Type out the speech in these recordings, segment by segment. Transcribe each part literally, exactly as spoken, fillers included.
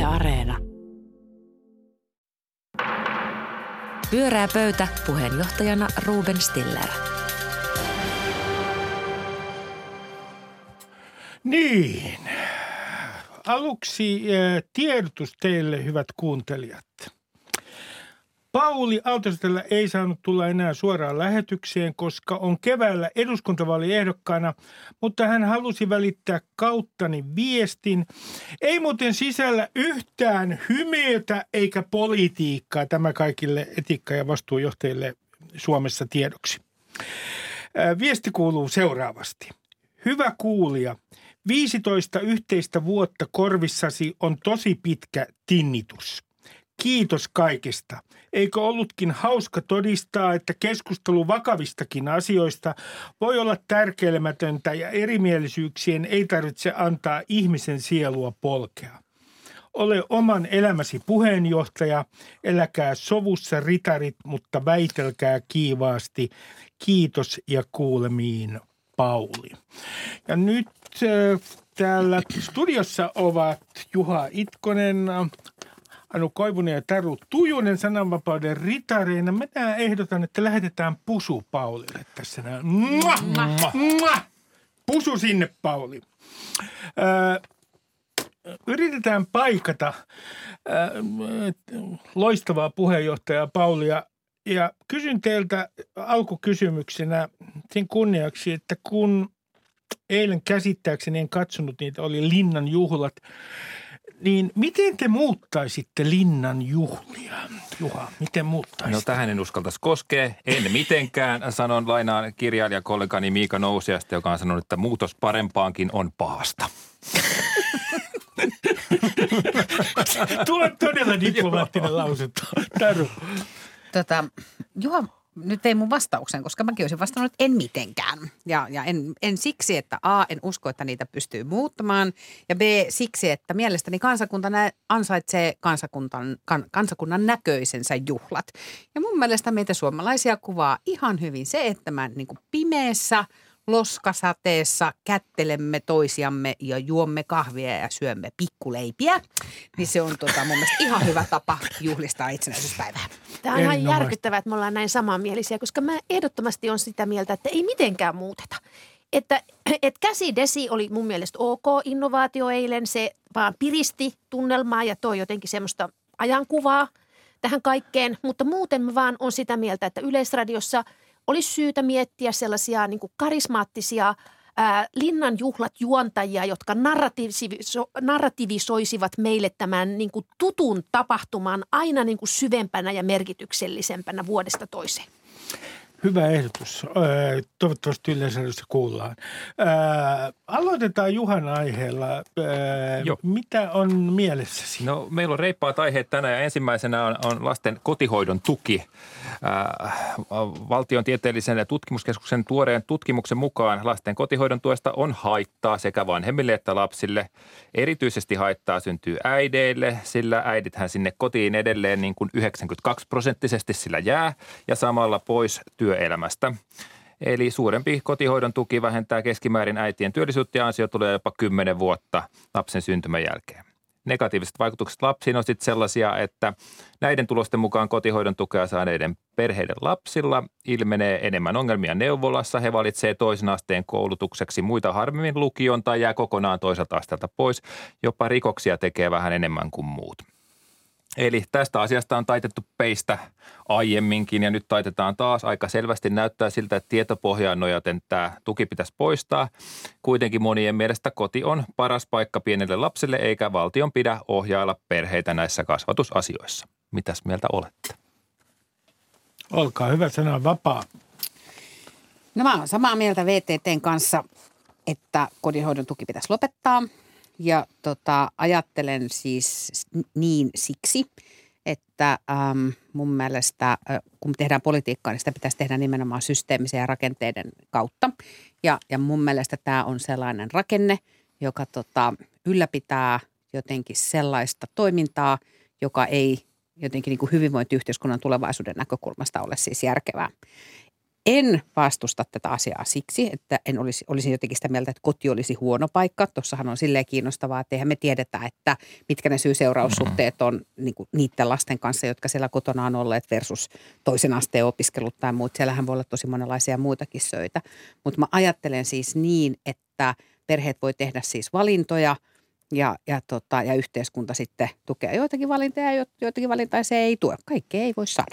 Areena. Pyörää pöytä, puheenjohtajana Ruben Stiller. Niin. Aluksi äh, tiedotus teille, hyvät kuuntelijat. Pauli Aaltosetälä ei saanut tulla enää suoraan lähetykseen, koska on keväällä eduskuntavaaliehdokkaana, mutta hän halusi välittää kauttani viestin. Ei muuten sisällä yhtään hymiötä eikä politiikkaa, tämä kaikille etiikka- ja vastuujohtajille Suomessa tiedoksi. Viesti kuuluu seuraavasti. Hyvä kuulija, viisitoista yhteistä vuotta korvissasi on tosi pitkä tinnitus. Kiitos kaikesta. Eikö ollutkin hauska todistaa, että keskustelu vakavistakin asioista voi olla tärkeilemätöntä ja erimielisyyksien ei tarvitse antaa ihmisen sielua polkea. Ole oman elämäsi puheenjohtaja, eläkää sovussa ritarit, mutta väitelkää kiivaasti. Kiitos ja kuulemiin, Pauli. Ja nyt äh, täällä studiossa ovat Juha Itkonen, Anu Koivunen ja Taru Tujunen sananvapauden ritareina. Minä ehdotan, että lähetetään pusu Paulille tässä. Mua, mua, mua. Pusu sinne, Pauli. Öö, yritetään paikata öö, loistavaa puheenjohtajaa Paulia. Ja kysyn teiltä alkukysymyksenä sen kunniaksi, että kun eilen käsittääkseni en katsonut niitä, oli Linnan juhlat, niin miten te muuttaisitte Linnan juhlia? Juha, miten muuttaisitte? No tähän en uskaltaisi koskea. En mitenkään. Sanon lainaan kirjailijakollegani Miika Nousiasta, joka on sanonut, että muutos parempaankin on pahasta. Tuo on todella diplomaattinen lausunto. Taru. Tota, Juha, nyt ei mun vastauksen, koska mäkin olisin vastannut, että en mitenkään. Ja, ja en, en siksi, että A, en usko, että niitä pystyy muuttamaan. Ja B, siksi, että mielestäni kansakunta nä- ansaitsee kansakunnan, kan, kansakunnan näköisensä juhlat. Ja mun mielestä meitä suomalaisia kuvaa ihan hyvin se, että mä niin kuin pimeässä loskasateessa kättelemme toisiamme ja juomme kahvia ja syömme pikkuleipiä. Niin se on tota, mun mielestä ihan hyvä tapa juhlistaa itsenäisyyspäivää. Tämä on ihan järkyttävää, että me ollaan näin samanmielisiä, koska mä ehdottomasti on sitä mieltä, että ei mitenkään muuteta. Että et käsidesi oli mun mielestä ok innovaatio eilen, se vaan piristi tunnelmaa ja toi jotenkin semmoista ajankuvaa tähän kaikkeen. Mutta muuten mä vaan on sitä mieltä, että Yleisradiossa olisi syytä miettiä sellaisia niin kuin karismaattisia ää, Linnan juhlat juontajia, jotka narratiiviso, narratiivisoisivat meille tämän niin kuin tutun tapahtuman aina niin kuin syvempänä ja merkityksellisempänä vuodesta toiseen. Hyvä ehdotus. Toivottavasti Yleisradiossa kuullaan. Aloitetaan Juhan aiheella. Joo. Mitä on mielessäsi? No meillä on reippaat aiheet tänään ja ensimmäisenä on, on lasten kotihoidon tuki. Äh, Valtion tieteellisen tutkimuskeskuksen tuoreen tutkimuksen mukaan lasten kotihoidon tuesta on haittaa sekä vanhemmille että lapsille. Erityisesti haittaa syntyy äideille, sillä äidithän sinne kotiin edelleen niin kuin yhdeksänkymmentäkaksi prosenttisesti sillä jää ja samalla pois työelämästä. Eli suurempi kotihoidon tuki vähentää keskimäärin äitien työllisyyttä ja ansiotuloja jopa kymmenen vuotta lapsen syntymän jälkeen. Negatiiviset vaikutukset lapsiin on sitten sellaisia, että näiden tulosten mukaan kotihoidon tukea saaneiden perheiden lapsilla ilmenee enemmän ongelmia neuvolassa. He valitsee toisen asteen koulutukseksi muita harvemmin lukion tai jää kokonaan toiselta asteelta pois. Jopa rikoksia tekee vähän enemmän kuin muut. Eli tästä asiasta on taitettu peistä aiemminkin ja nyt taitetaan taas aika selvästi näyttää siltä, että tietopohjaan nojaten tämä tuki pitäisi poistaa. Kuitenkin monien mielestä koti on paras paikka pienelle lapselle eikä valtion pidä ohjailla perheitä näissä kasvatusasioissa. Mitäs mieltä olette? Olkaa hyvä, sana vapaa. No mä oon samaa mieltä V T T:n kanssa, että kodinhoidon tuki pitäisi lopettaa. Ja tota, ajattelen siis niin siksi, että äm, mun mielestä äh, kun tehdään politiikkaa, niin sitä pitäisi tehdä nimenomaan systeemisen ja rakenteiden kautta. Ja, ja mun mielestä tämä on sellainen rakenne, joka tota, ylläpitää jotenkin sellaista toimintaa, joka ei jotenkin niin kuin hyvinvointiyhteiskunnan tulevaisuuden näkökulmasta ole siis järkevää. En vastusta tätä asiaa siksi, että en olisi, olisin jotenkin sitä mieltä, että koti olisi huono paikka. Tuossahan on silleen kiinnostavaa, että eihän me tiedetä, että mitkä ne syy-seuraussuhteet on niin kuin niiden lasten kanssa, jotka siellä kotona on olleet versus toisen asteen opiskelut tai muut. Siellähän voi olla tosi monenlaisia muitakin söitä. Mutta mä ajattelen siis niin, että perheet voi tehdä siis valintoja ja, ja, tota, ja yhteiskunta sitten tukee joitakin valintoja ja joitakin valintoja se ei tue. Kaikkea ei voi saada.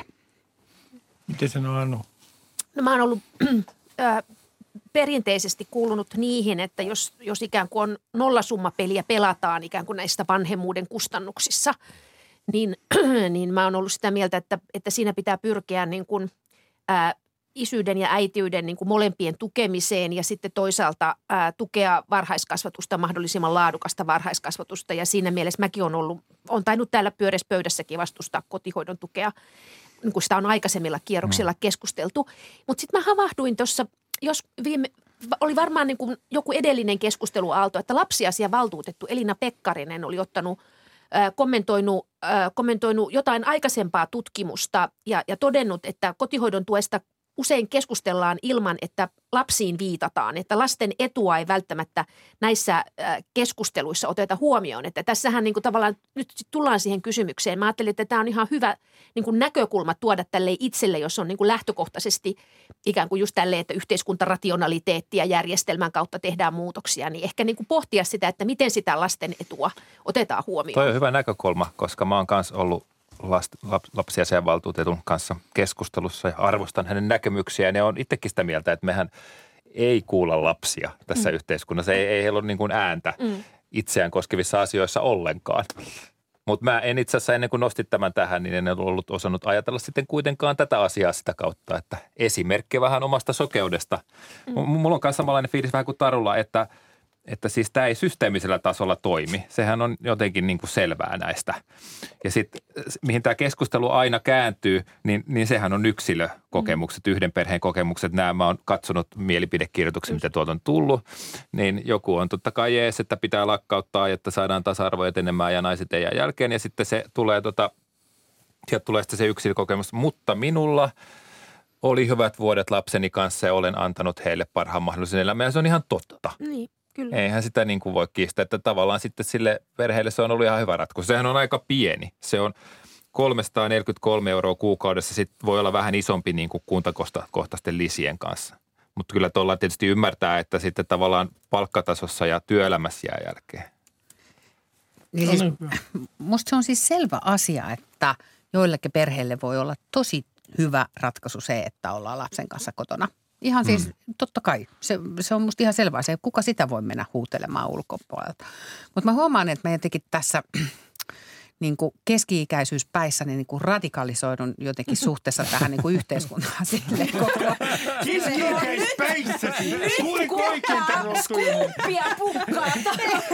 Miten sanoo Anu? No mä oon ollut äh, perinteisesti kuulunut niihin, että jos, jos ikään kuin on nollasummapeliä pelataan ikään kuin näistä vanhemmuuden kustannuksissa, niin, niin mä oon ollut sitä mieltä, että, että siinä pitää pyrkiä niin kuin, äh, isyyden ja äitiyden niin kuin molempien tukemiseen ja sitten toisaalta ää, tukea varhaiskasvatusta, mahdollisimman laadukasta varhaiskasvatusta. Ja siinä mielessä mäkin olen ollut, on tainnut täällä pyöreässä pöydässäkin vastustaa kotihoidon tukea, niin kuin sitä on aikaisemmilla kierroksilla keskusteltu. Mutta sitten mä havahduin tuossa, jos viime, oli varmaan niin kuin joku edellinen keskusteluaalto, että lapsiasiavaltuutettu Elina Pekkarinen oli ottanut kommentoinut, kommentoinut jotain aikaisempaa tutkimusta ja, ja todennut, että kotihoidon tuesta usein keskustellaan ilman, että lapsiin viitataan, että lasten etua ei välttämättä näissä keskusteluissa oteta huomioon. Että tässähän niin kuin tavallaan nyt tullaan siihen kysymykseen. Mä ajattelin, että tämä on ihan hyvä niin kuin näkökulma tuoda tälle itselle, jos on niin kuin lähtökohtaisesti ikään kuin just tälleen, että yhteiskuntarationaliteetti ja järjestelmän kautta tehdään muutoksia, niin ehkä niin kuin pohtia sitä, että miten sitä lasten etua otetaan huomioon. Toi on hyvä näkökulma, koska mä oon kanssa ollut lapsiasiainvaltuutetun kanssa keskustelussa ja arvostan hänen näkemyksiään. Ne on itsekin sitä mieltä, että mehän ei kuulla lapsia tässä mm. yhteiskunnassa. Ei, ei heillä ole niin kuin ääntä mm. itseään koskevissa asioissa ollenkaan. Mutta mä en itse asiassa ennen kuin nostin tämän tähän, niin en ollut osannut ajatella sitten kuitenkaan tätä asiaa sitä kautta, että esimerkki vähän omasta sokeudesta. Mm. Mulla on myös samanlainen fiilis vähän kuin Tarulla, että Että siis tämä ei systeemisellä tasolla toimi. Sehän on jotenkin niin kuin selvää näistä. Ja sitten mihin tämä keskustelu aina kääntyy, niin, niin sehän on yksilökokemukset, yhden perheen kokemukset. Nämä mä oon katsonut mielipidekirjoituksia, mitä tuolta on tullut. Niin joku on totta kai jees, että pitää lakkauttaa, että saadaan tasa-arvo etenemään ja naiset ei jää jälkeen. Ja sitten se tulee, tota, sieltä tulee sitten se yksilökokemus. Mutta minulla oli hyvät vuodet lapseni kanssa ja olen antanut heille parhaan mahdollisen elämän. Ja se on ihan totta. Niin. Kyllä. Eihän sitä niin kuin voi kiistää, että tavallaan sitten sille perheelle se on ollut ihan hyvä ratkaisu. Sehän on aika pieni. Se on kolmesataaneljäkymmentäkolme euroa kuukaudessa. Sitten voi olla vähän isompi niin kuin kuntakohtaisten lisien kanssa. Mutta kyllä tuolla tietysti ymmärtää, että sitten tavallaan palkkatasossa ja työelämässä jää jälkeen. Niin siis, musta se on siis selvä asia, että joillekin perheille voi olla tosi hyvä ratkaisu se, että ollaan lapsen kanssa kotona. Ihan siis, mm. totta kai. Se, se on musta ihan selvää se, kuka sitä voi mennä huutelemaan ulkopuolelta. Mutta mä huomaan, että mä jotenkin tässä niin kuin keski-ikäisyyspäissäni niin kuin radikalisoidun jotenkin suhteessa tähän niin kuin yhteiskuntaan silleen koko. Keski-ikäispäissäsi? Kuuliko oikein tämän skuuppia pukkaata.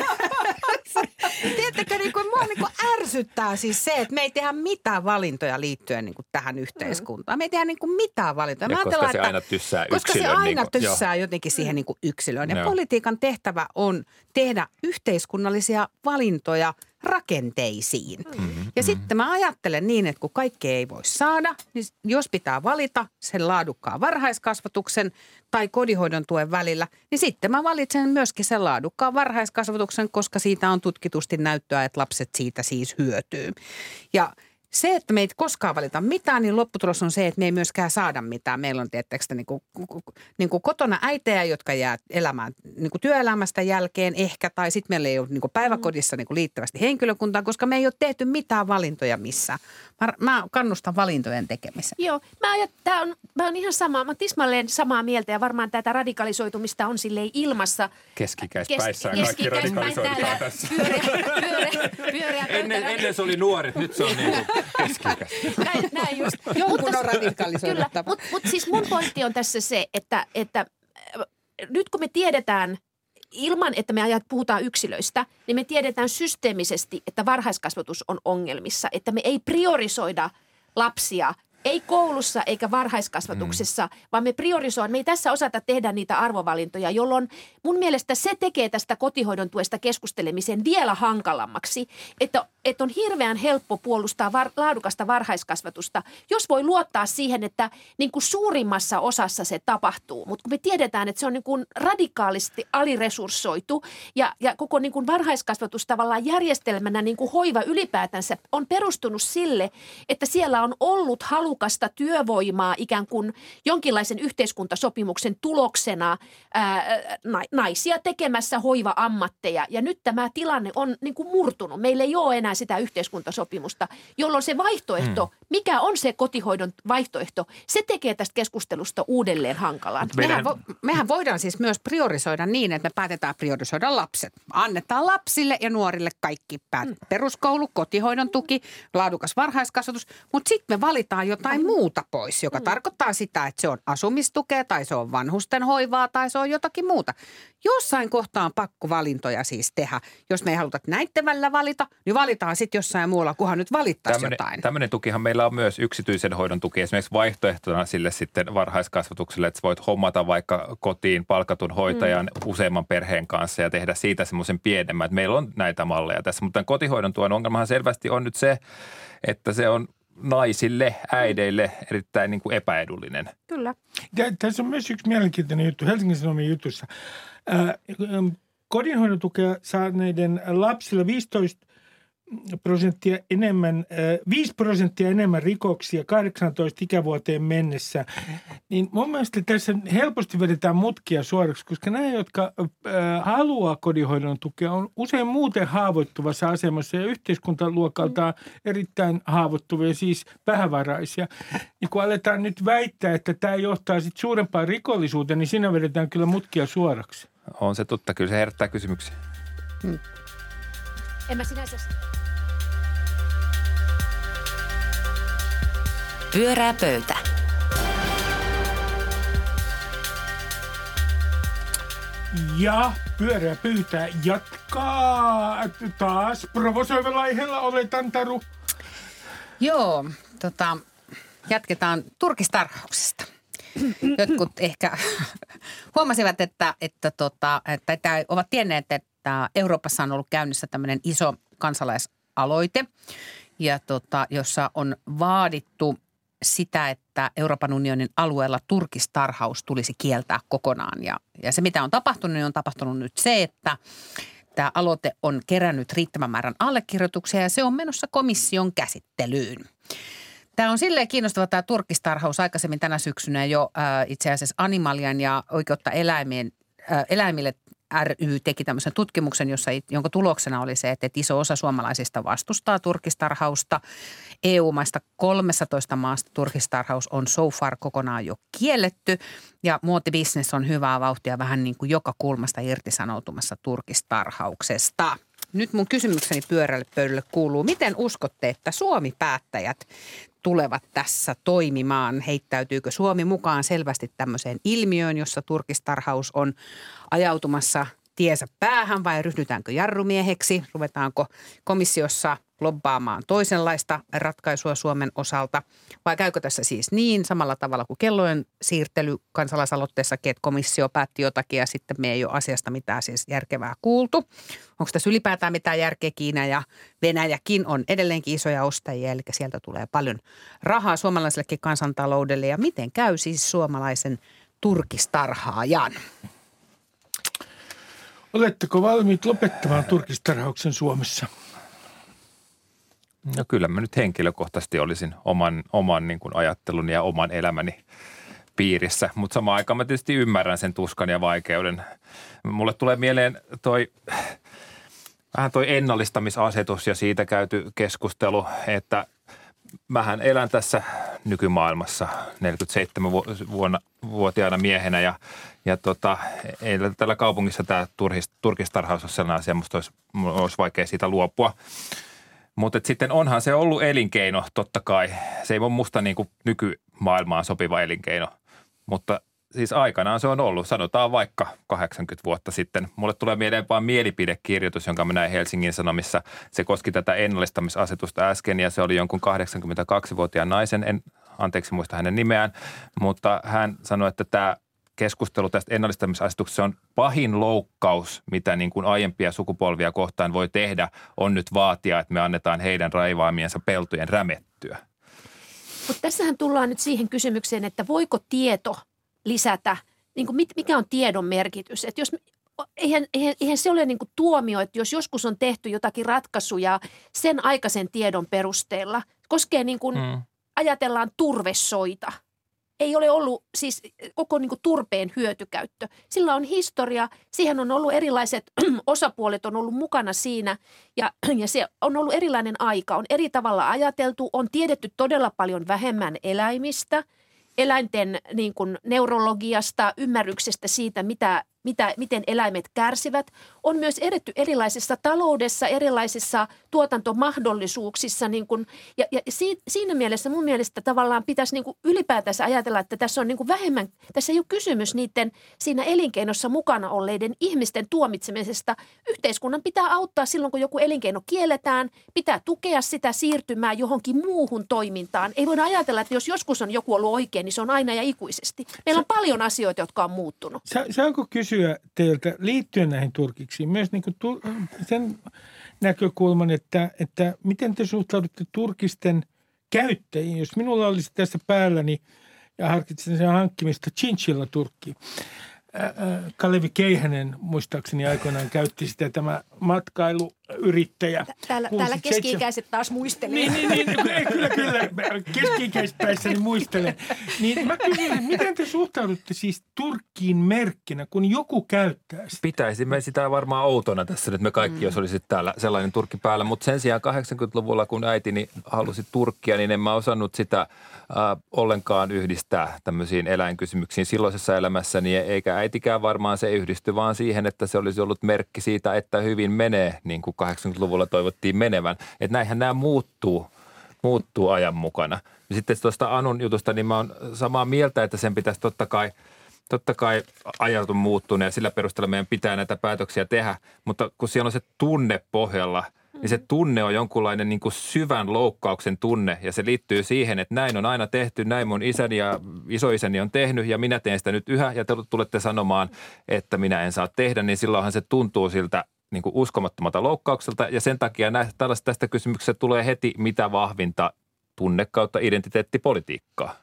Tiedättekö, niin kuin, mua niin kuin ärsyttää siis se, että me ei tehdä mitään valintoja liittyen niin kuin tähän yhteiskuntaan. Me ei tehdä niin kuin mitään valintoja. Ja koska se että, aina tyssää yksilön. Koska se aina niin kuin, tyssää jo. jotenkin siihen niin kuin yksilöön. Ja no. politiikan tehtävä on tehdä yhteiskunnallisia valintoja rakenteisiin. Mm-hmm. Ja sitten mä ajattelen niin, että kun kaikkea ei voi saada, niin jos pitää valita sen laadukkaan varhaiskasvatuksen tai kodinhoidon tuen välillä, niin sitten mä valitsen myöskin sen laadukkaan varhaiskasvatuksen, koska siitä on tutkitusti näyttöä, että lapset siitä siis hyötyy. Ja se, että me ei koskaan valita mitään, niin lopputulos on se, että me ei myöskään saada mitään. Meillä on tietysti niin kuin, niin kuin kotona äitejä, jotka jää elämään niin kuin työelämästä jälkeen ehkä, tai sitten meillä ei ole niin kuin päiväkodissa niin kuin liittävästi henkilökuntaa, koska me ei ole tehty mitään valintoja missään. Mä, mä kannustan valintojen tekemiseen. Joo, mä, ajat, tää on, mä on ihan sama, mä tismalleen samaa mieltä ja varmaan tätä radikalisoitumista on silleen ilmassa. Keskikäispäissä kes, kaikki radikalisoitutaan tässä. Pyöreä, pyöreä, pyöreä ennen, ennen se oli nuoret, nyt se on niin kuin näin, näin just. Jonkun on radikalisoiduttava. Mutta mut siis mun pointti on tässä se, että, että nyt kun me tiedetään, ilman että me ajat puhutaan yksilöistä, niin me tiedetään systeemisesti, että varhaiskasvatus on ongelmissa. Että me ei priorisoida lapsia Ei koulussa eikä varhaiskasvatuksessa, mm. vaan me priorisoidaan. Me ei tässä osata tehdä niitä arvovalintoja, jolloin mun mielestä se tekee tästä kotihoidon tuesta keskustelemisen vielä hankalammaksi, että, että on hirveän helppo puolustaa var, laadukasta varhaiskasvatusta, jos voi luottaa siihen, että niin kuin suurimmassa osassa se tapahtuu. Mutta kun me tiedetään, että se on niin kuin radikaalisti aliresurssoitu ja, ja koko niin kuin varhaiskasvatus tavallaan järjestelmänä niin kuin hoiva ylipäätänsä on perustunut sille, että siellä on ollut halukasta työvoimaa ikään kuin jonkinlaisen yhteiskuntasopimuksen tuloksena ää, naisia tekemässä hoiva-ammatteja. Ja nyt tämä tilanne on niin kuin murtunut. Meillä ei ole enää sitä yhteiskuntasopimusta, jolloin se vaihtoehto, hmm. mikä on se kotihoidon vaihtoehto, se tekee tästä keskustelusta uudelleen hankalan. Mehän, vo, mehän voidaan siis myös priorisoida niin, että me päätetään priorisoida lapset. Annetaan lapsille ja nuorille kaikki päät. Hmm. Peruskoulu, kotihoidon tuki, laadukas varhaiskasvatus, mutta sitten me valitaan jotain hmm. muuta pois, joka hmm. tarkoittaa sitä, että se on asumistukea tai se on vanhusten hoivaa tai se on jotakin muuta. Jossain kohtaa on pakko valintoja siis tehdä. Jos me ei haluta näitten välillä valita, niin valitaan sitten jossain muulla, kunhan nyt valittaisiin jotain. Tämmöinen tukihan meillä on myös yksityisen hoidon tuki. Esimerkiksi vaihtoehtona sille sitten varhaiskasvatukselle, että sä voit hommata vaikka kotiin palkatun hoitajan mm. useamman perheen kanssa ja tehdä siitä semmoisen pienemmän. Että meillä on näitä malleja tässä, mutta kotihoidon tuen ongelmahan selvästi on nyt se, että se on naisille, äideille erittäin niin kuin epäedullinen. Kyllä. Tässä on myös yksi mielenkiintoinen juttu Helsingin Sanomien jutussa. Kodinhoidon tukea saaneiden lapsilla viisitoista prosenttia enemmän, viisi prosenttia enemmän rikoksia kahdeksantoista ikävuoteen mennessä. Niin mun mielestä tässä helposti vedetään mutkia suoraksi, koska nämä, jotka haluaa kodinhoidon tukea, on usein muuten haavoittuvassa asemassa ja yhteiskuntaluokaltaan erittäin haavoittuvia, siis vähävaraisia. Ja kun aletaan nyt väittää, että tämä johtaa sitten suurempaan rikollisuuteen, niin siinä vedetään kyllä mutkia suoraksi. On se totta, kyllä se herättää kysymyksiä. Hmm. En mä sinänsä... Pyörää pöytä. Ja pyörää pöytä jatkaa taas provosoivalla aiheella, oletan, Taru. Joo, tota, jatketaan turkistarhauksesta. Jotkut ehkä huomasivat, että, että, tota, että, että ovat tienneet, että Euroopassa on ollut käynnissä tämmöinen iso kansalaisaloite, ja tota, jossa on vaadittu sitä, että Euroopan unionin alueella turkistarhaus tulisi kieltää kokonaan. Ja, ja se, mitä on tapahtunut, niin on tapahtunut nyt se, että tämä aloite on kerännyt riittävän määrän allekirjoituksia ja se on menossa komission käsittelyyn. Tämä on silleen kiinnostava tämä turkistarhaus. Aikaisemmin tänä syksynä jo äh, itse asiassa Animalian ja oikeutta eläimien, äh, eläimille ry teki tämmöisen tutkimuksen, jossa, jonka tuloksena oli se, että iso osa suomalaisista vastustaa turkistarhausta. E U-maista kolmetoista maasta turkistarhaus on so far kokonaan jo kielletty ja muotibisnes on hyvää vauhtia vähän niin kuin joka kulmasta irtisanoutumassa turkistarhauksesta. Nyt mun kysymykseni pyörälle pöydälle kuuluu, miten uskotte, että Suomi-päättäjät tulevat tässä toimimaan? Heittäytyykö Suomi mukaan selvästi tämmöiseen ilmiöön, jossa turkistarhaus on ajautumassa tiensä päähän vai ryhdytäänkö jarrumieheksi? Ruvetaanko komissiossa lobbaamaan toisenlaista ratkaisua Suomen osalta? Vai käykö tässä siis niin samalla tavalla kuin kellojen siirtely kansalaisaloitteessakin, että komissio päätti jotakin ja sitten me ei ole asiasta mitään siis järkevää kuultu? Onko tässä ylipäätään mitään järkeä? Kiina ja Venäjäkin on edelleenkin isoja ostajia, eli sieltä tulee paljon rahaa suomalaisellekin kansantaloudelle. Ja miten käy siis suomalaisen turkistarhaajan? Oletteko valmiit lopettamaan turkistarhauksen Suomessa? No kyllä mä nyt henkilökohtaisesti olisin oman, oman niin kuin ajattelun ja oman elämäni piirissä, mutta samaan aikaan mä tietysti ymmärrän sen tuskan ja vaikeuden. Mulle tulee mieleen toi, vähän toi ennallistamisasetus ja siitä käyty keskustelu, että mähän elän tässä nykymaailmassa neljäkymmentäseitsemänvuotiaana miehenä ja, ja tota, ei tällä kaupungissa tämä turkistarhaus ole sellainen asia, musta olisi, olisi vaikea siitä luopua. Mutta sitten onhan se ollut elinkeino totta kai. Se ei ole musta niin kuin nykymaailmaan sopiva elinkeino, mutta siis aikanaan se on ollut. Sanotaan vaikka kahdeksankymmentä vuotta sitten. Mulle tulee mieleen vaan mielipidekirjoitus, jonka mä näin Helsingin Sanomissa. Se koski tätä ennallistamisasetusta äsken ja se oli jonkun kahdeksankymmentäkaksivuotiaan naisen en, anteeksi muista hänen nimeään, mutta hän sanoi, että tämä keskustelu tästä ennallistamisasetuksesta on pahin loukkaus, mitä niin kuin aiempia sukupolvia kohtaan voi tehdä, on nyt vaatia, että me annetaan heidän raivaamiensa peltojen rämettyä. Mutta tässähän tullaan nyt siihen kysymykseen, että voiko tieto lisätä, niin kuin mikä on tiedon merkitys. Että jos, eihän, eihän, eihän se ole niin kuin tuomio, että jos joskus on tehty jotakin ratkaisuja sen aikaisen tiedon perusteella, koskee niin kuin, mm. ajatellaan turvesoita. Ei ole ollut siis koko niin kuin turpeen hyötykäyttö. Sillä on historia, siihen on ollut erilaiset osapuolet on ollut mukana siinä ja, ja se on ollut erilainen aika. On eri tavalla ajateltu, on tiedetty todella paljon vähemmän eläimistä, eläinten niin kuin neurologiasta, ymmärryksestä siitä, mitä, mitä, miten eläimet kärsivät. On myös edetty erilaisessa taloudessa, erilaisissa tuotantomahdollisuuksissa. Niin kuin, ja ja siitä, siinä mielessä mun mielestä tavallaan pitäisi niin kuin ylipäätänsä ajatella, että tässä on niin kuin vähemmän, tässä ei ole kysymys niiden siinä elinkeinossa mukana olleiden ihmisten tuomitsemisesta. Yhteiskunnan pitää auttaa silloin, kun joku elinkeino kielletään, pitää tukea sitä siirtymään johonkin muuhun toimintaan. Ei voida ajatella, että jos joskus on joku ollut oikein, niin se on aina ja ikuisesti. Meillä on paljon asioita, jotka on muuttunut. Sa- saanko kysyä teiltä liittyen näihin turkiksiin myös niin kuin tu- sen näkökulman, että, että miten te suhtaudutte turkisten käyttäjiin? Jos minulla olisi tässä päälläni ja harkitsin sen hankkimista chinchilla-turkkiin. Kalevi Keihänen muistaakseni aikoinaan käytti sitä, tämä matkailuyrittäjä. Täällä, täällä keski-ikäiset taas muistelee. Niin, niin, niin, kyllä, kyllä. Keski-ikäiset päissäni muistelen. Niin mä kysyn, miten te suhtaudutte siis Turkkiin merkkinä, kun joku käyttää sitä? Pitäisimme sitä varmaan outona tässä nyt me kaikki, mm. jos olisi täällä sellainen turkki päällä. Mutta sen sijaan kahdeksankymmentäluvulla, kun äitini halusi turkkia, niin en mä osannut sitä äh, ollenkaan yhdistää tämmöisiin eläinkysymyksiin silloisessa elämässäni, eikä äitikään varmaan se yhdisty, vaan siihen, että se olisi ollut merkki siitä, että hyvin menee, niin kuin kahdeksankymmentäluvulla toivottiin menevän. Että näinhän nämä muuttuu, muuttuu ajan mukana. Ja sitten tuosta Anun jutusta, niin mä oon samaa mieltä, että sen pitäisi totta kai, totta kai ajat on muuttunut ja sillä perusteella meidän pitää näitä päätöksiä tehdä. Mutta kun siellä on se tunne pohjalla, niin se tunne on jonkunlainen niin kuin syvän loukkauksen tunne ja se liittyy siihen, että näin on aina tehty, näin mun isäni ja isoisäni on tehnyt ja minä teen sitä nyt yhä ja te tulette sanomaan, että minä en saa tehdä, niin silloinhan se tuntuu siltä niin kuin uskomattomalta loukkaukselta ja sen takia näistä, tällaista tästä kysymyksestä tulee heti mitä vahvinta tunne kautta identiteettipolitiikkaa.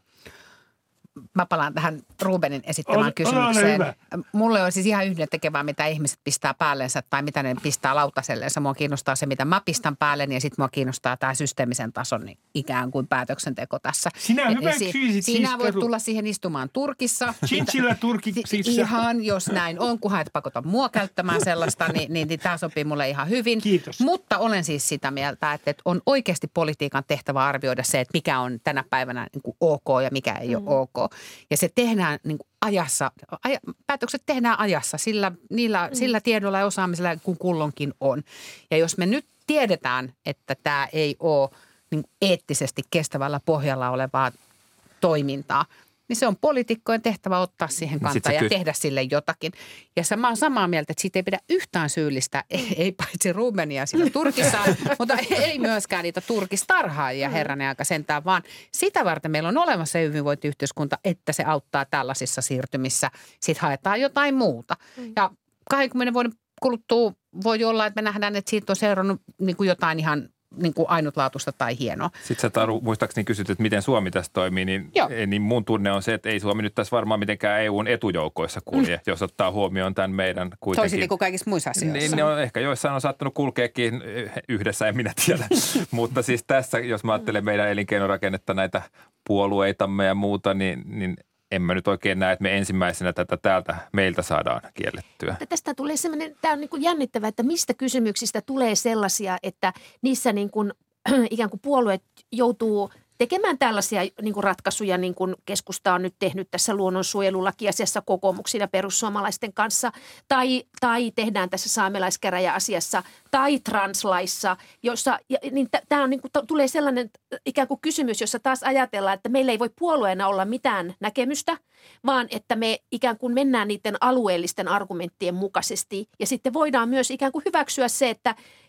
Mä palaan tähän Rubenin esittämään on, kysymykseen. On Mulle on siis ihan yhdentekevää, mitä ihmiset pistää päällensä tai mitä ne pistää lautaselleensa. Mua kiinnostaa se, mitä mä pistän päälleni ja sitten mua kiinnostaa tämä systeemisen tason niin ikään kuin päätöksenteko tässä. Sinä hyväksyisit si- siis Sinä voit peru- tulla siihen istumaan Turkissa. Chinchilla turkiksissa. Ihan, jos näin on, kunhan et pakota mua käyttämään sellaista, niin, niin, niin tämä sopii mulle ihan hyvin. Kiitos. Mutta olen siis sitä mieltä, että, että on oikeasti politiikan tehtävä arvioida se, että mikä on tänä päivänä niin kuin ok ja mikä ei ole ok. Ja se tehdään niin kuin ajassa, aj, päätökset tehdään ajassa sillä, niillä, mm. sillä tiedolla ja osaamisella, kun kulloinkin on. Ja jos me nyt tiedetään, että tämä ei ole niin kuin eettisesti kestävällä pohjalla olevaa toimintaa, niin se on poliitikkojen tehtävä ottaa siihen kantaa ja ky- tehdä sille jotakin. Ja mä oon samaa mieltä, että siitä ei pidä yhtään syyllistä, ei, ei paitsi Rubenia sillä Turkissa, mutta ei myöskään niitä turkistarhaajia herranen aika sentään, vaan sitä varten meillä on olemassa hyvinvointiyhteiskunta, että se auttaa tällaisissa siirtymissä. Sitten haetaan jotain muuta. Ja kaksikymmentä vuoden kuluttua voi olla, että me nähdään, että siitä on seurannut niin kuin jotain ihan niin kuin ainutlaatuista tai hienoa. Sitten sä Taru muistaakseni kysyt, että miten Suomi tässä toimii, niin, niin mun tunne on se, että ei Suomi nyt tässä varmaan mitenkään E U:n etujoukoissa kulje, mm. jos ottaa huomioon tämän meidän kuitenkin. Toisin niin kuin kaikissa muissa asioissa. Niin, ne on, ehkä joissain on saattanut kulkeekin yhdessä, en minä tiedä. Mutta siis tässä, jos mä ajattelen meidän elinkeinorakennetta, näitä puolueitamme ja muuta, niin, niin en mä nyt oikein näe, että me ensimmäisenä tätä täältä meiltä saadaan kiellettyä. Tästä tulee semmoinen, tämä on niin kuin jännittävä, että mistä kysymyksistä tulee sellaisia, että niissä niin kuin, ikään kuin puolueet joutuu tekemään tällaisia niin kuin ratkaisuja, niin kuin keskusta on nyt tehnyt tässä luonnonsuojelulakiasiassa kokoomuksin ja perussuomalaisten kanssa, tai, tai tehdään tässä saamelaiskäräjäasiassa, tai translaissa, jossa, ja, niin tämä on niin kuin, tulee sellainen ikään kuin kysymys, jossa taas ajatellaan, että meillä ei voi puolueena olla mitään näkemystä, vaan että me ikään kuin mennään niiden alueellisten argumenttien mukaisesti, ja sitten voidaan myös ikään kuin hyväksyä se, että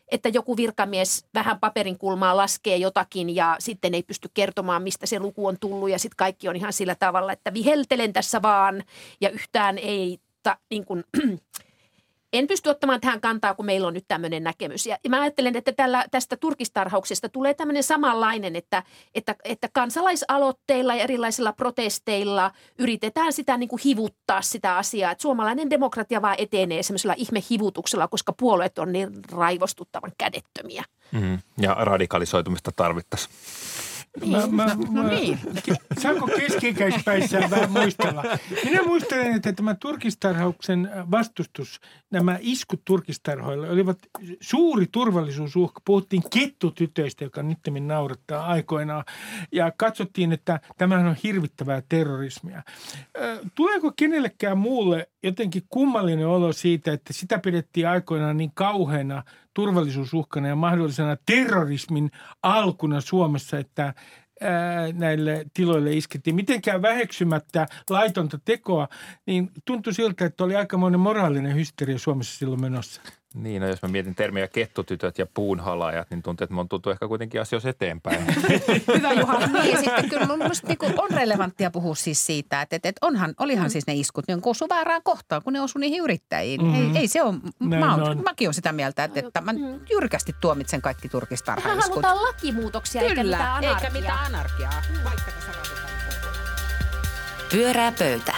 että joku virkamies vähän paperin kulmaa laskee jotakin ja sitten ei pysty kertomaan, mistä se luku on tullut ja sitten kaikki on ihan sillä tavalla, että viheltelen tässä vaan ja yhtään ei ta, niin kuin, en pysty ottamaan tähän kantaa, kun meillä on nyt tämmöinen näkemys. Ja mä ajattelen, että tällä, tästä turkistarhauksesta tulee tämmöinen samanlainen, että, että, että kansalaisaloitteilla ja erilaisilla protesteilla yritetään sitä niin kuin hivuttaa sitä asiaa. Että suomalainen demokratia vaan etenee semmoisella ihmehivutuksella, koska puolueet on niin raivostuttavan kädettömiä. Mm, ja radikalisoitumista tarvittaisiin. Mä, mä, no, no niin. Saanko keski-ikäispäissään vähän muistella? Minä muistelen, että tämä turkistarhauksen vastustus, nämä iskut turkistarhoille olivat suuri turvallisuusuhka. Puhuttiin kettutytöistä, joka nyttemmin naurattaa aikoinaan. Ja katsottiin, että tämähän on hirvittävää terrorismia. Tuleeko kenellekään muulle jotenkin kummallinen olo siitä, että sitä pidettiin aikoinaan niin kauheana turvallisuusuhkana ja mahdollisena terrorismin alkuna Suomessa, että ää, näille tiloille iskettiin. Mitenkään väheksymättä laitonta tekoa, niin tuntui siltä, että oli aikamoinen moraalinen hysteria Suomessa silloin menossa. Niin, no jos mä mietin termiä kettutytöt ja puunhalajat, niin tuntuu, että mä oon tultu ehkä kuitenkin asioissa eteenpäin. Hyvä Juha. Niin, sitten kyllä mun mielestä niin on relevanttia puhua siis siitä, että, että onhan, olihan siis ne iskut, niin osu väärään kohtaan, kun ne osu niihin yrittäjiin. Mm-hmm. Ei, ei se ole, mä oon, mäkin olen sitä mieltä, että, että mä jyrkästi tuomitsen kaikki turkistarhaiskut. Halutaan lakimuutoksia eikä kyllä, mitään anarkiaa. eikä mitään anarkiaa. Mm. Vaikka tässä Pyörää pöytä.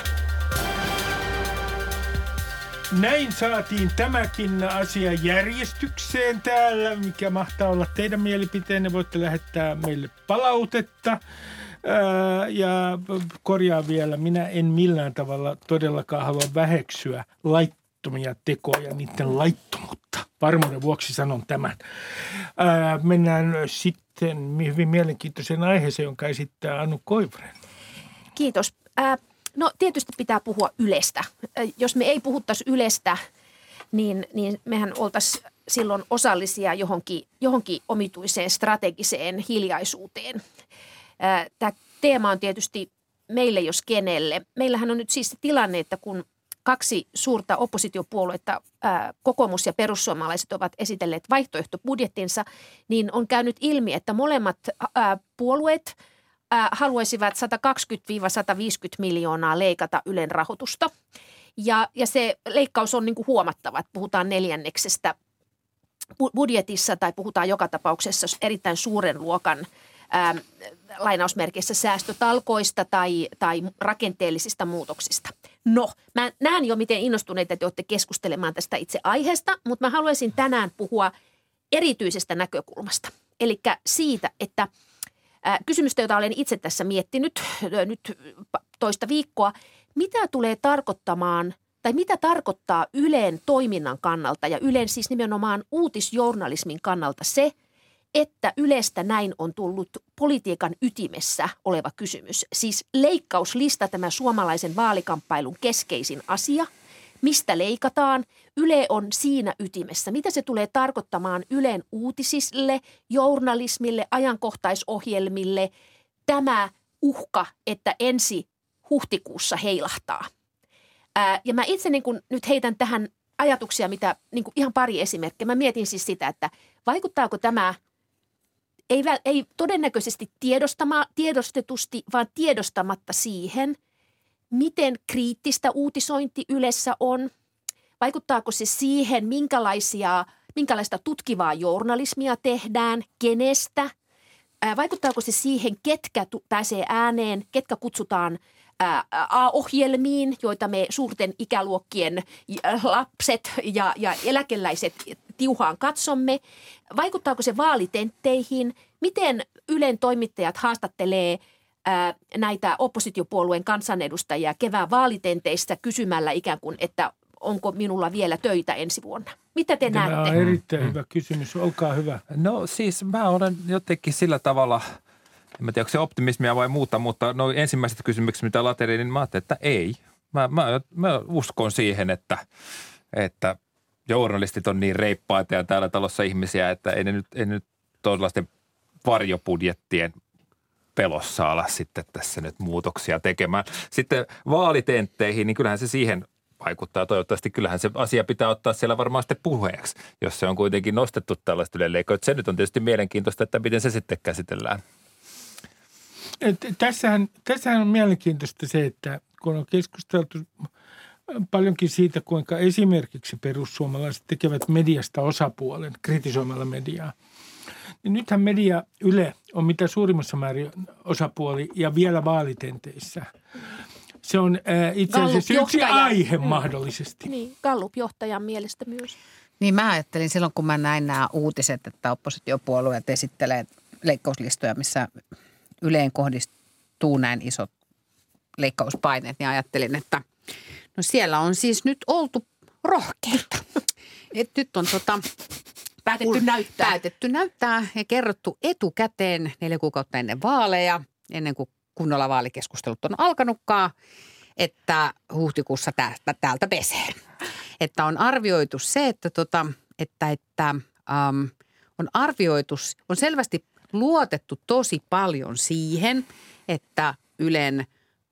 Näin saatiin tämäkin asia järjestykseen täällä, mikä mahtaa olla teidän mielipiteenne. Voitte lähettää meille palautetta ää, ja korjaa vielä. Minä en millään tavalla todellakaan halua väheksyä laittomia tekoja, niiden laittomuutta. Varmuuden vuoksi sanon tämän. Ää, mennään sitten hyvin mielenkiintoiseen aiheeseen, jonka esittää Anu Koivunen. Kiitos. Äh, No tietysti pitää puhua Ylestä. Jos me ei puhuttaisi Ylestä, niin, niin mehän oltaisiin silloin osallisia johonkin, johonkin omituiseen strategiseen hiljaisuuteen. Tämä teema on tietysti meille jos kenelle. Meillähän on nyt siis se tilanne, että kun kaksi suurta oppositiopuoluetta, kokoomus ja perussuomalaiset, ovat esitelleet vaihtoehtobudjettinsa, niin on käynyt ilmi, että molemmat puolueet haluaisivat sata kaksikymmentä sata viisikymmentä miljoonaa leikata Ylen rahoitusta. Ja, ja se leikkaus on niin kuin huomattava, että puhutaan neljänneksestä budjetissa tai puhutaan joka tapauksessa erittäin suuren luokan ää, lainausmerkeissä säästötalkoista tai, tai rakenteellisista muutoksista. No, mä näen jo miten innostuneita te olette keskustelemaan tästä itse aiheesta, mutta mä haluaisin tänään puhua erityisestä näkökulmasta. Eli siitä, että kysymystä, jota olen itse tässä miettinyt nyt toista viikkoa. Mitä tulee tarkoittamaan tai mitä tarkoittaa Ylen toiminnan kannalta ja Ylen siis nimenomaan uutisjournalismin kannalta se, että Ylestä näin on tullut politiikan ytimessä oleva kysymys. Siis leikkauslista, tämä suomalaisen vaalikamppailun keskeisin asia. Mistä leikataan? Yle on siinä ytimessä. Mitä se tulee tarkoittamaan Ylen uutisille, journalismille, ajankohtaisohjelmille? Tämä uhka, että ensi huhtikuussa heilahtaa. Ää, ja mä itse niin kun nyt heitän tähän ajatuksia, mitä niin kun ihan pari esimerkkiä. Mä mietin siis sitä, että vaikuttaako tämä, ei, ei todennäköisesti tiedostama, tiedostetusti, vaan tiedostamatta siihen, miten kriittistä uutisointi Ylessä on? Vaikuttaako se siihen, minkälaisia, minkälaista tutkivaa journalismia tehdään, kenestä? Vaikuttaako se siihen, ketkä pääsee ääneen, ketkä kutsutaan A-ohjelmiin, joita me suurten ikäluokkien lapset ja, ja eläkeläiset tiuhaan katsomme? Vaikuttaako se vaalitentteihin? Miten Ylen toimittajat haastattelee ää, näitä oppositiopuolueen kansanedustajia kevään vaalitenteistä kysymällä ikään kuin, että onko minulla vielä töitä ensi vuonna? Mitä te Tämä näette? on erittäin hyvä kysymys. Olkaa hyvä. No siis mä olen jotenkin sillä tavalla, en mä tiedä, onko se optimismia vai muuta, mutta no ensimmäiset kysymykset, mitä laterin, niin mä ajattelin, että ei. Mä, mä, mä uskon siihen, että, että journalistit on niin reippaita ja täällä talossa ihmisiä, että ei ne nyt, ei ne nyt todellaisten varjobudjettien pelossa ala sitten tässä nyt muutoksia tekemään. Sitten vaalitentteihin, niin kyllähän se siihen vaikuttaa. Toivottavasti kyllähän se asia pitää ottaa siellä varmaan sitten puheeksi, jos se on kuitenkin nostettu tällaista Ylen leikkauksia. Se nyt on tietysti mielenkiintoista, että miten se sitten käsitellään. Et tässähän, tässähän on mielenkiintoista se, että kun on keskusteltu paljonkin siitä, kuinka esimerkiksi perussuomalaiset tekevät mediasta osapuolen kritisoimalla mediaa. Niin nythän media Yle on mitä suurimmassa määrin osapuoli ja vielä vaalitenteissä. Se on äh, itse asiassa yksi aihe mm. mahdollisesti. Niin, Gallup-johtajan mielestä myös. Niin mä ajattelin silloin, kun mä näin nämä uutiset, että oppositiopuolueet esittelee leikkauslistoja, missä Yleen kohdistuu näin isot leikkauspaineet, niin ajattelin, että no siellä on siis nyt oltu rohkeita. Et nyt on tota, päätetty näyttää. Päätetty näyttää ja kerrottu etukäteen neljä kuukautta ennen vaaleja, ennen kuin kunnolla vaalikeskustelut on alkanutkaan, että huhtikuussa täältä, täältä pesee. Että on arvioitu se, että, tota, että, että ähm, on arvioitu, on selvästi luotettu tosi paljon siihen, että Ylen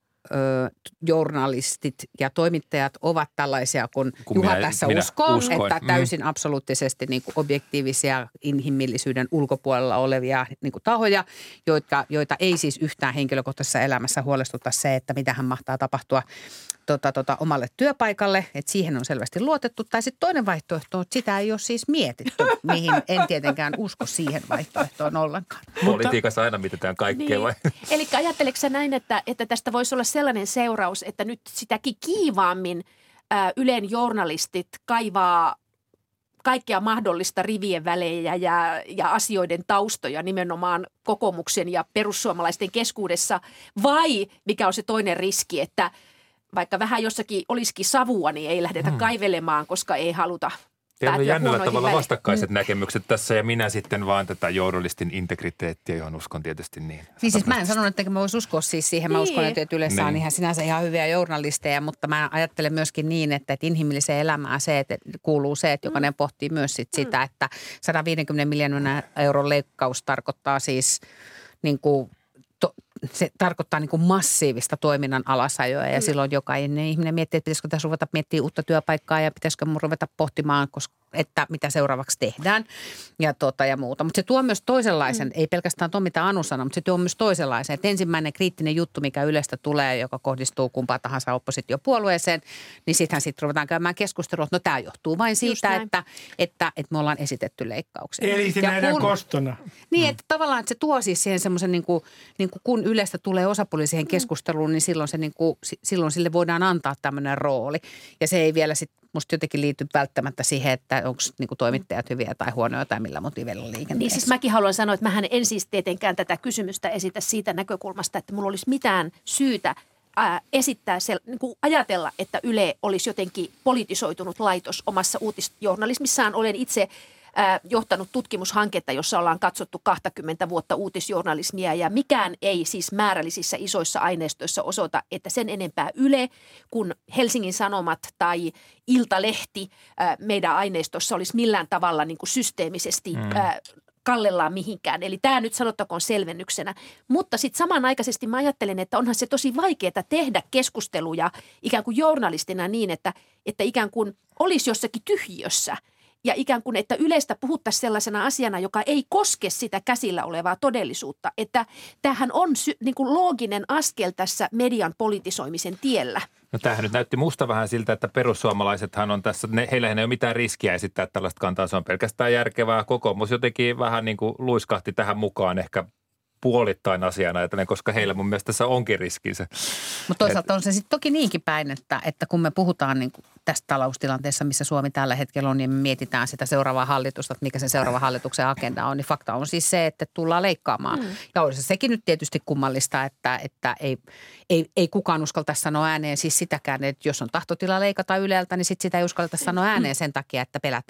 Ö, journalistit ja toimittajat ovat tällaisia, kun, kun Juha minä, tässä minä uskoo, uskoin. Että täysin mm. absoluuttisesti niin kuin objektiivisia inhimillisyyden ulkopuolella olevia niin kuin tahoja, joita, joita ei siis yhtään henkilökohtaisessa elämässä huolestuta se, että mitähän mahtaa tapahtua tota, tota, omalle työpaikalle, että siihen on selvästi luotettu. Tai sitten toinen vaihtoehto on, että sitä ei ole siis mietitty, mihin en tietenkään usko siihen vaihtoehtoon ollenkaan. Politiikassa aina mietitään kaikkea niin. vai? Eli ajatteleksä näin, että, että tästä voisi olla sellainen seuraus, että nyt sitäkin kiivaammin ää, Ylen journalistit kaivaa kaikkea mahdollista rivien välejä ja, ja asioiden taustoja nimenomaan kokoomuksen ja perussuomalaisten keskuudessa, vai mikä on se toinen riski, että vaikka vähän jossakin olisikin savua, niin ei lähdetä hmm. kaivelemaan, koska ei haluta Teillä on jännällä tavalla väliin. Vastakkaiset mm. näkemykset tässä ja minä sitten vaan tätä journalistin integriteettiä, johon uskon tietysti niin. Niin siis mä en sanonut, että mä voisi uskoa siis siihen. Mä niin. uskon, että Ylessä niin. on ihan sinänsä ihan hyviä journalisteja, mutta mä ajattelen myöskin niin, että, että inhimilliseen elämään se, että kuuluu se, että jokainen mm. pohtii myös sit mm. sitä, että sata viisikymmentä miljoonan euron leikkaus tarkoittaa siis niin kuin to, se tarkoittaa niin kuin massiivista toiminnan alasajoa ja mm. silloin jokainen ihminen miettii, että pitäisikö tässä ruveta miettimään uutta työpaikkaa ja pitäisikö mun ruveta pohtimaan, koska, että mitä seuraavaksi tehdään ja, tota, ja muuta. Mutta se tuo myös toisenlaisen, mm. ei pelkästään tuo mitä Anu sanoi, mutta se tuo myös toisenlaisen. Että ensimmäinen kriittinen juttu, mikä Ylestä tulee, joka kohdistuu kumpaan tahansa oppositiopuolueeseen, niin sittenhän sitten ruvetaan käymään keskustelua, että no tämä johtuu vain siitä, että, että, että me ollaan esitetty leikkauksia. Eli se nähdään kun, kostona. Niin, että tavallaan että se tuo siis siihen semmoisen, niin kuin, niin kuin kun Ylestä tulee osapuoli siihen keskusteluun, niin silloin, se niin kuin, silloin sille voidaan antaa tämmöinen rooli. Ja se ei vielä sitten musta jotenkin liity välttämättä siihen, että onko niinku toimittajat hyviä tai huonoja tai millä motiivilla liikenteessä. Niin siis mäkin haluan sanoa, että mähän en siis tietenkään tätä kysymystä esitä siitä näkökulmasta, että mulla olisi mitään syytä ää, esittää, se, niin kuin ajatella, että Yle olisi jotenkin politisoitunut laitos omassa uutisjournalismissaan. Olen itse ää, johtanut tutkimushanketta, jossa ollaan katsottu kaksikymmentä vuotta uutisjournalismia ja mikään ei siis määrällisissä isoissa aineistoissa osoita, että sen enempää Yle kuin Helsingin Sanomat tai Iltalehti ää, meidän aineistossa olisi millään tavalla niin kuin systeemisesti mm. ää, kallellaan mihinkään. Eli tämä nyt sanottakoon selvennyksenä. Mutta sitten samanaikaisesti mä ajattelen, että onhan se tosi vaikeaa tehdä keskusteluja ikään kuin journalistina niin, että, että ikään kuin olisi jossakin tyhjössä. Ja ikään kuin, että Ylestä puhuttaisiin sellaisena asiana, joka ei koske sitä käsillä olevaa todellisuutta. Että tämähän on sy- niin kuin looginen askel tässä median politisoimisen tiellä. No tämähän nyt näytti musta vähän siltä, että perussuomalaisethan on tässä, ne, heillä ei ole mitään riskiä esittää tällaista kantaa. Se on pelkästään järkevää. Kokoomus jotenkin vähän niin kuin luiskahti tähän mukaan ehkä puolittain asiana ajatellen, koska heillä mun mielestä tässä onkin riskinsä. Mutta toisaalta on se sitten toki niinkin päin, että, että kun me puhutaan niin kuin tästä taloustilanteessa, missä Suomi tällä hetkellä on, niin me mietitään sitä seuraavaa hallitusta, että mikä se seuraava hallituksen agenda on, niin fakta on siis se, että tullaan leikkaamaan. Mm. Ja olisi sekin nyt tietysti kummallista, että, että ei, ei, ei kukaan uskalta sanoa ääneen siis sitäkään, että jos on tahtotila leikata Yleltä, niin sitten sitä ei uskalta sanoa ääneen sen takia, että pelätään, että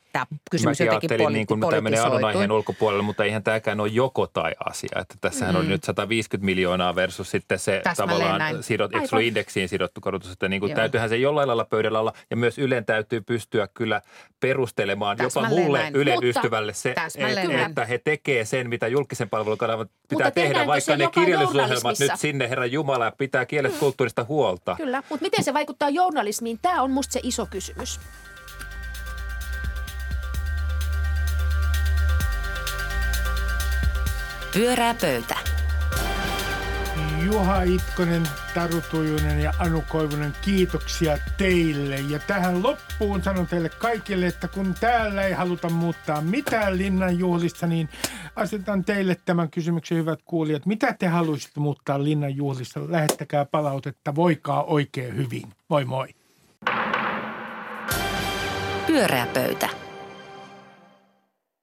tämä kysymys Mäkin jotenkin ajattelin, niin kuin tämä menee politisoitui. ainonaiheen ulkopuolelle, mutta eihän tämäkään ole joko tai asia. Että tässähän mm. on nyt sata viisikymmentä miljoonaa versus sitten se Täsmälleen tavallaan näin. sidot, eikö se ole indeksiin sidottu korotus, että niin kuin täytyyhän se jollain lailla pöydällä olla. Ja myös Ylen täytyy pystyä kyllä perustelemaan Täsmälleen jopa mulle näin. Ylen Mutta ystävälle se, täsmälleen että, näin. että he tekee sen, mitä julkisen palvelukanavat pitää Mutta tehdä, tehdäänkö vaikka se ne joka kirjallisuusohjelmat journalismissa? nyt sinne, Herran Jumala, pitää kielestä kulttuurista huolta. Kyllä, mutta miten se vaikuttaa journalismiin? Tämä on musta se iso kysymys. Pyörää pöytä. Juha Itkonen, Taru Tujunen ja Anu Koivunen, kiitoksia teille. Ja tähän loppuun sanon teille kaikille, että kun täällä ei haluta muuttaa mitään Linnan juhlista, niin asetan teille tämän kysymyksen, hyvät kuulijat. Mitä te haluaisitte muuttaa Linnan juhlista? Lähettäkää palautetta, voikaa oikein hyvin. Moi moi. Pyörää pöytä.